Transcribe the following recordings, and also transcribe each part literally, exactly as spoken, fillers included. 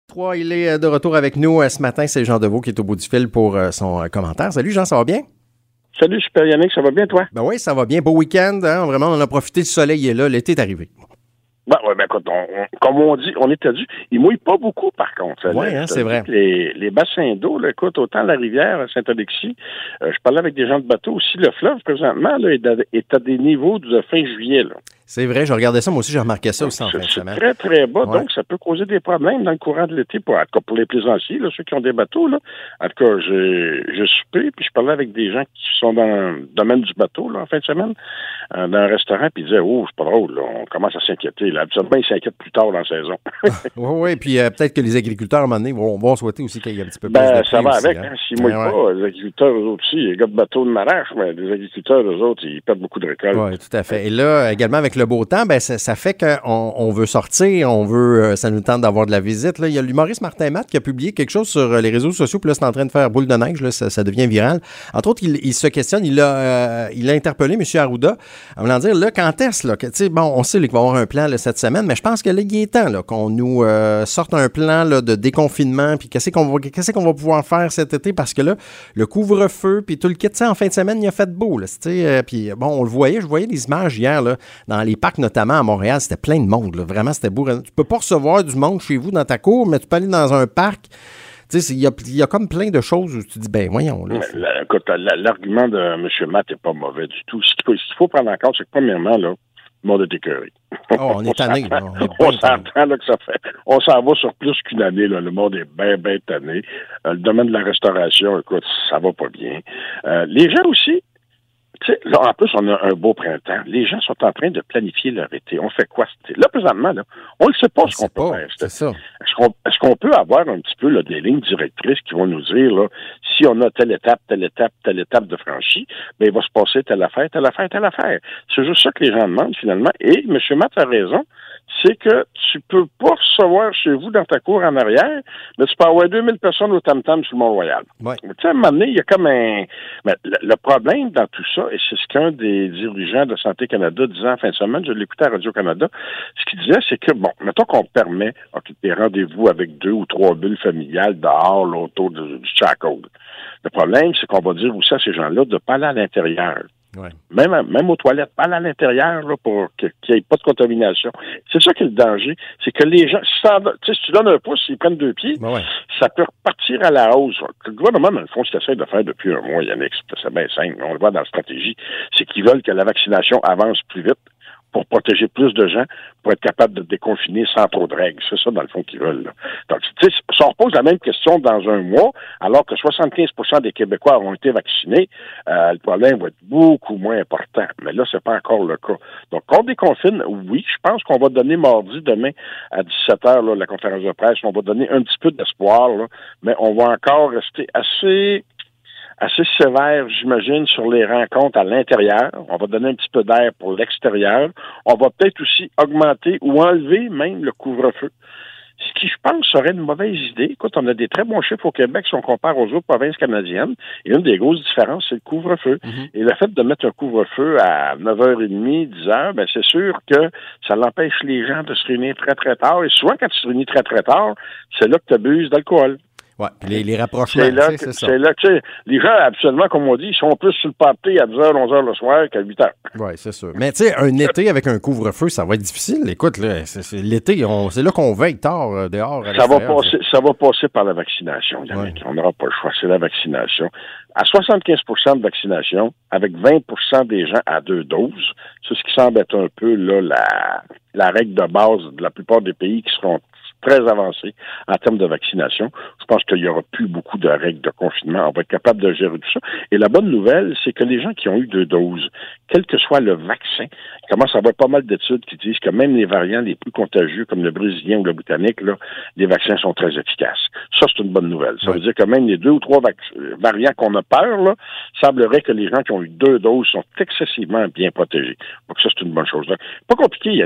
trois, il est de retour avec nous ce matin. C'est Jean Deveau qui est au bout du fil pour son commentaire. Salut Jean, ça va bien? Salut Super Yannick, ça va bien toi? Ben oui, ça va bien. Beau week-end, hein? Vraiment, on a profité, le soleil est là, l'été est arrivé. Ben, ouais, ben écoute, on, on, comme on dit, on est dû. Il mouille pas beaucoup, par contre. Oui, hein, c'est vrai. Les, les bassins d'eau, là, écoute, autant la rivière Saint-Alexis, euh, je parlais avec des gens de bateau aussi, le fleuve, présentement, là, est, à, est à des niveaux de fin juillet, là. C'est vrai, je regardais ça, moi aussi, j'ai remarqué ça aussi en fin de semaine. C'est très, très bas, ouais. Donc ça peut causer des problèmes dans le courant de l'été, pour, en tout cas pour les plaisanciers, là, ceux qui ont des bateaux, là. En tout cas, j'ai, j'ai soupé, puis je parlais avec des gens qui sont dans le domaine du bateau, là, en fin de semaine, euh, dans un restaurant, puis ils disaient, oh, c'est pas drôle, là, on commence à s'inquiéter, là. Habituellement, ils s'inquiètent plus tard dans la saison. oui, oui, puis euh, peut-être que les agriculteurs, à un moment donné, vont, vont souhaiter aussi qu'il y ait un petit peu plus ben, de ça va aussi, avec, hein. hein. S'ils mouillent ouais, pas, ouais. les agriculteurs, eux autres aussi, les gars de bateau de marage, mais les agriculteurs, eux autres, ils perdent beaucoup de récoltes. Oui, tout à fait. Et là, également, avec le beau temps, ben, ça, ça fait qu'on on veut sortir, on veut, ça nous tente d'avoir de la visite. Là, il y a l'humoriste Martin Matt qui a publié quelque chose sur les réseaux sociaux, puis là, c'est en train de faire boule de neige, là, ça, ça devient viral. Entre autres, il, il se questionne, il a, euh, il a interpellé M. Arruda, en voulant dire, là, quand est-ce, là, que, tu sais, bon, on sait là, qu'il va y avoir un plan là, cette semaine, mais je pense que là, il est temps là, qu'on nous euh, sorte un plan là, de déconfinement, puis qu'est-ce qu'on va, qu'est-ce qu'on va pouvoir faire cet été, parce que là, le couvre-feu, puis tout le kit, tu sais, en fin de semaine, il a fait beau, là, tu sais, euh, puis bon, on le voyait, je voyais les images hier, là, dans les parcs, notamment à Montréal, c'était plein de monde, là, vraiment, c'était beau. Tu peux pas recevoir du monde chez vous dans ta cour, mais tu peux aller dans un parc. Tu sais, il y a, y a comme plein de choses où tu te dis, ben voyons. Là, la, écoute, la, l'argument de M. Matt n'est pas mauvais du tout. Ce qu'il faut, ce qu'il faut prendre en compte, c'est que premièrement, là, le monde est écœuré. Oh, on est tanné. Là, on, est on s'entend là, que ça fait. On s'en va sur plus qu'une année. Là. Le monde est bien, bien tanné. Euh, le domaine de la restauration, écoute, ça va pas bien. Euh, les gens aussi, tu sais, là, en plus, on a un beau printemps. Les gens sont en train de planifier leur été. On fait quoi cet été? Là, présentement, là, on ne sait pas on ce qu'on pas, peut faire. C'est ça. Est-ce qu'on, est-ce qu'on peut avoir un petit peu là, des lignes directrices qui vont nous dire, là, si on a telle étape, telle étape, telle étape de franchie, ben, il va se passer telle affaire, telle affaire, telle affaire. C'est juste ça que les gens demandent, finalement. Et M. Matt a raison. C'est que tu peux pas recevoir chez vous dans ta cour en arrière, mais tu peux avoir deux mille personnes au tam-tam sur le Mont-Royal. Ouais. Tu sais, à un moment donné, il y a comme un... Mais le, le problème dans tout ça, et c'est ce qu'un des dirigeants de Santé Canada disait en fin de semaine, je l'écoutais à Radio-Canada, ce qu'il disait, c'est que, bon, mettons qu'on permet okay, des rendez-vous avec deux ou trois bulles familiales dehors, là, autour du, du Chaco. Le problème, c'est qu'on va dire aussi à ces gens-là de pas aller à l'intérieur. Ouais. Même, même aux toilettes, pas à l'intérieur là, pour que, qu'il n'y ait pas de contamination. C'est ça qui est le danger. C'est que les gens, si, si tu donnes un pouce, ils prennent deux pieds, ben ouais. ça peut repartir à la hausse. Le gouvernement, dans le fond, ce qu'il essaie de faire depuis un mois, Yannick, c'est bien simple. On le voit dans la stratégie. C'est qu'ils veulent que la vaccination avance plus vite pour protéger plus de gens, pour être capable de déconfiner sans trop de règles. C'est ça, dans le fond, qu'ils veulent. Là. Donc, tu sais, si on repose la même question dans un mois, alors que soixante-quinze pour cent des Québécois ont été vaccinés, euh, le problème va être beaucoup moins important. Mais là, c'est pas encore le cas. Donc, on déconfine, oui, je pense qu'on va donner mardi, demain, à dix-sept heures, là, la conférence de presse, on va donner un petit peu d'espoir, là, mais on va encore rester assez... assez sévère, j'imagine, sur les rencontres à l'intérieur. On va donner un petit peu d'air pour l'extérieur. On va peut-être aussi augmenter ou enlever même le couvre-feu. Ce qui, je pense, serait une mauvaise idée. Écoute, on a des très bons chiffres au Québec si on compare aux autres provinces canadiennes. Et une des grosses différences, c'est le couvre-feu. Mm-hmm. Et le fait de mettre un couvre-feu à neuf heures trente, dix heures, ben c'est sûr que ça l'empêche les gens de se réunir très, très tard. Et souvent, quand tu te réunis très, très tard, c'est là que tu abuses d'alcool. Oui, les, les rapprochements, c'est là, que, c'est ça. C'est là, tu sais, les gens, absolument, comme on dit, ils sont plus sur le party à dix heures, onze heures le soir qu'à huit heures. Oui, c'est sûr. Mais tu sais, un été avec un couvre-feu, ça va être difficile. Écoute, là, c'est, c'est l'été, on, c'est là qu'on veille tard euh, dehors. À ça, va passer, ça va passer par la vaccination, Yannick. Ouais. On n'aura pas le choix, c'est la vaccination. À soixante-quinze pour cent de vaccination, avec vingt pour cent des gens à deux doses, c'est ce qui semble être un peu là la, la règle de base de la plupart des pays qui seront très avancé en termes de vaccination. Je pense qu'il n'y aura plus beaucoup de règles de confinement. On va être capable de gérer tout ça. Et la bonne nouvelle, c'est que les gens qui ont eu deux doses, quel que soit le vaccin, il commence à avoir pas mal d'études qui disent que même les variants les plus contagieux, comme le brésilien ou le britannique, là, les vaccins sont très efficaces. Ça, c'est une bonne nouvelle. Ça veut dire que même les deux ou trois vac- variants qu'on a peur, là, semblerait que les gens qui ont eu deux doses sont excessivement bien protégés. Donc ça, c'est une bonne chose. Là. Pas compliqué, Yannick.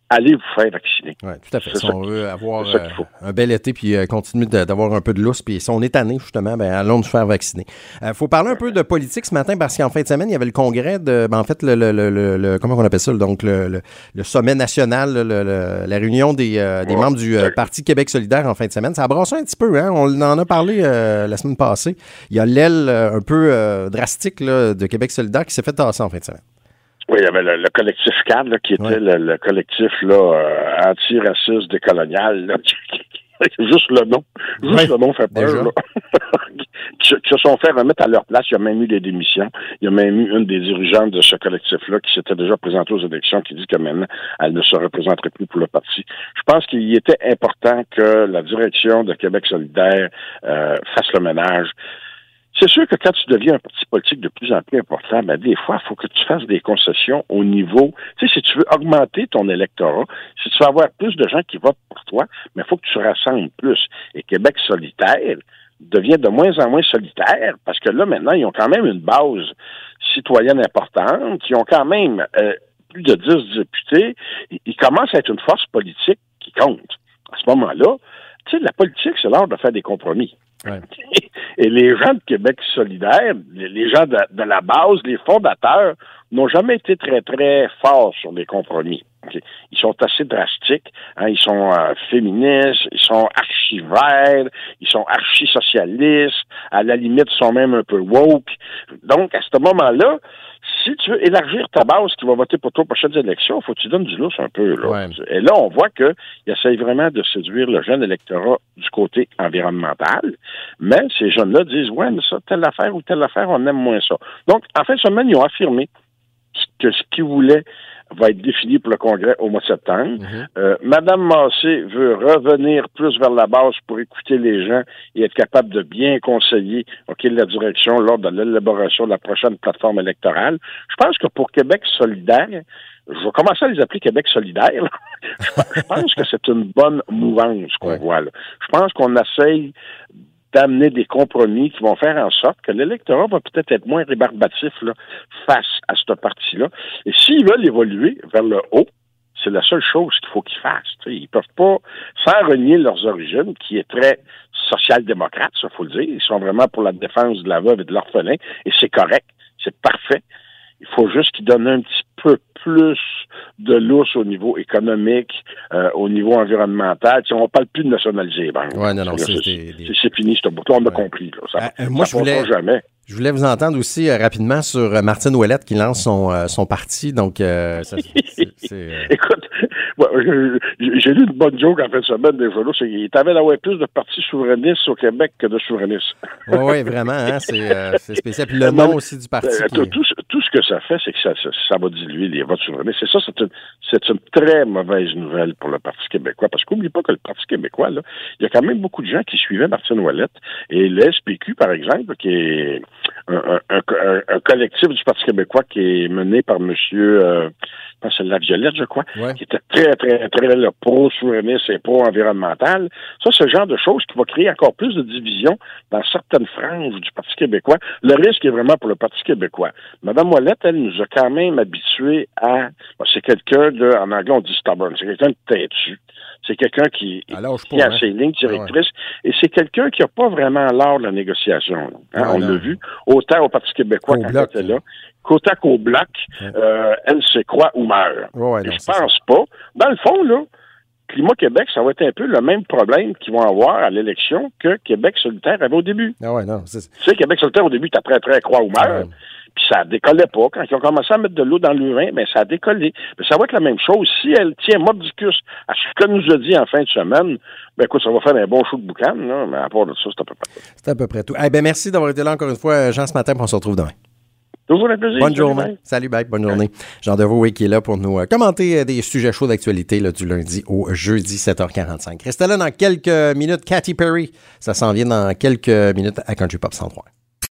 allez vous faire vacciner. Oui, tout à fait. C'est si ça on qui, veut avoir euh, un bel été puis euh, continuer de, d'avoir un peu de lousse, puis si on est tanné, justement, ben allons nous faire vacciner. Il euh, faut parler un peu de politique ce matin parce qu'en fin de semaine, il y avait le congrès de, ben, en fait, le, le, le, le comment on appelle ça, donc le, le, le sommet national, le, le, la réunion des, euh, des ouais. membres du euh, Parti Québec solidaire en fin de semaine. Ça a brassé un petit peu, hein? On en a parlé euh, la semaine passée. Il y a l'aile euh, un peu euh, drastique là, de Québec solidaire qui s'est fait tasser en fin de semaine. Oui, il y avait le, le collectif C A D, là, qui était ouais. le, le collectif là euh, antiraciste décolonial. Là, juste le nom. Juste ouais. le nom fait peur. Là. qui, qui se sont fait remettre à leur place. Il y a même eu des démissions. Il y a même eu une des dirigeantes de ce collectif-là qui s'était déjà présentée aux élections qui dit que maintenant, elle ne se représenterait plus pour le parti. Je pense qu'il était important que la direction de Québec solidaire euh, fasse le ménage. C'est sûr que quand tu deviens un parti politique de plus en plus important, ben des fois, il faut que tu fasses des concessions au niveau... Tu sais, si tu veux augmenter ton électorat, si tu veux avoir plus de gens qui votent pour toi, mais il faut que tu rassembles plus. Et Québec solidaire devient de moins en moins solitaire, parce que là, maintenant, ils ont quand même une base citoyenne importante, ils ont quand même euh, plus de dix députés, ils commencent à être une force politique qui compte. À ce moment-là, tu sais, la politique, c'est l'art de faire des compromis. Ouais. Et les gens de Québec solidaire, les gens de, de la base, les fondateurs, n'ont jamais été très, très forts sur les compromis. Okay. Ils sont assez drastiques, hein, ils sont euh, féministes, ils sont archi-verts, ils sont archi-socialistes, à la limite, ils sont même un peu woke. Donc, à ce moment-là, si tu veux élargir ta base qui va voter pour toi aux prochaines élections, il faut que tu donnes du lousse un peu. Là. Ouais. Et là, on voit qu'ils essayent vraiment de séduire le jeune électorat du côté environnemental, mais ces jeunes-là disent « Ouais, mais ça, telle affaire ou telle affaire, on aime moins ça. » Donc, en fin de semaine, ils ont affirmé que ce qu'ils voulaient va être défini pour le Congrès au mois de septembre. Mm-hmm. Euh, Madame Massé veut revenir plus vers la base pour écouter les gens et être capable de bien conseiller okay, la direction lors de l'élaboration de la prochaine plateforme électorale. Je pense que pour Québec solidaire, je vais commencer à les appeler Québec solidaire. Je pense que c'est une bonne mouvance qu'on ouais. voit là. Je pense qu'on essaye d'amener des compromis qui vont faire en sorte que l'électorat va peut-être être moins rébarbatif là, face à cette partie-là. Et s'ils veulent évoluer vers le haut, c'est la seule chose qu'il faut qu'ils fassent. T'sais, ils peuvent pas, sans renier leurs origines, qui est très social-démocrate, ça faut le dire. Ils sont vraiment pour la défense de la veuve et de l'orphelin, et c'est correct, c'est parfait. Il faut juste qu'ils donnent un petit peu plus de lousse au niveau économique, euh, au niveau environnemental. T'sais, on parle plus de nationaliser les banques. Ouais, non, non, c'est, c'est, c'est, c'est fini, ce bout-là, on a ouais. compris. Là. Ça, euh, moi, ça je voulais, jamais. Je voulais vous entendre aussi euh, rapidement sur euh, Martine Ouellette qui lance son, euh, son parti. Donc, euh, ça, c'est, c'est, c'est, euh... écoute, ouais, j'ai lu une bonne joke en fin de semaine des journaux, c'est qu'il t'avait d'avoir plus de partis souverainistes au Québec que de souverainistes. Oui, oui, vraiment, hein, c'est, euh, c'est spécial. Puis le nom aussi du parti. Euh, qui... tout, tout ce que ça fait, c'est que ça, ça, ça va diluer les votes souverainistes. C'est ça, c'est une, c'est une très mauvaise nouvelle pour le Parti québécois. Parce qu'oublie pas que le Parti québécois, là, il y a quand même beaucoup de gens qui suivaient Martine Ouellette. Et le S P Q, par exemple, qui est un, un, un, un collectif du Parti québécois qui est mené par monsieur, euh, je pense que c'est La Violette, je crois, ouais. qui était très, très, très là, pro-souverainiste et pro-environnemental. Ça, c'est le genre de choses qui va créer encore plus de divisions dans certaines franges du Parti québécois. Le risque est vraiment pour le Parti québécois. Madame Ouellette, elle nous a quand même habitués à... Bon, c'est quelqu'un de... En anglais, on dit stubborn. C'est quelqu'un de têtu. C'est quelqu'un qui, qui a hein? ses lignes directrices. Ah ouais. Et c'est quelqu'un qui n'a pas vraiment l'art de la négociation. Hein? Ah, on non. l'a vu, autant au Parti québécois quand bloc, elle était là, qu'autant qu'au Bloc, ouais. euh, elle se croit ou meurt. Ouais, non, je pense ça. pas. Dans le fond, là, Climat Québec, ça va être un peu le même problème qu'ils vont avoir à l'élection que Québec solidaire avait au début. Ah ouais, non, c'est... Tu sais, Québec solidaire, au début, t'as très, très croix ou meurt. Ouais. Puis ça décollait pas. Quand ils ont commencé à mettre de l'eau dans le vin, ben ça a décollé. Mais ça va être la même chose. Si elle tient mordicus à ce qu'elle nous a dit en fin de semaine, ben écoute, ça va faire un bon show de boucan, là. Mais à part de ça, c'est à peu près tout. C'est à peu près tout. Eh ben merci d'avoir été là encore une fois, Jean, ce matin, puis on se retrouve demain. Toujours un plaisir. Bonne journée. Salut, Salut bye. Bonne journée. Jean Deveau oui, qui est là pour nous euh, commenter euh, des sujets chauds d'actualité là, du lundi au jeudi, sept heures quarante-cinq. Restez là dans quelques minutes. Katy Perry, ça s'en vient dans quelques minutes à Country Pop cent trois.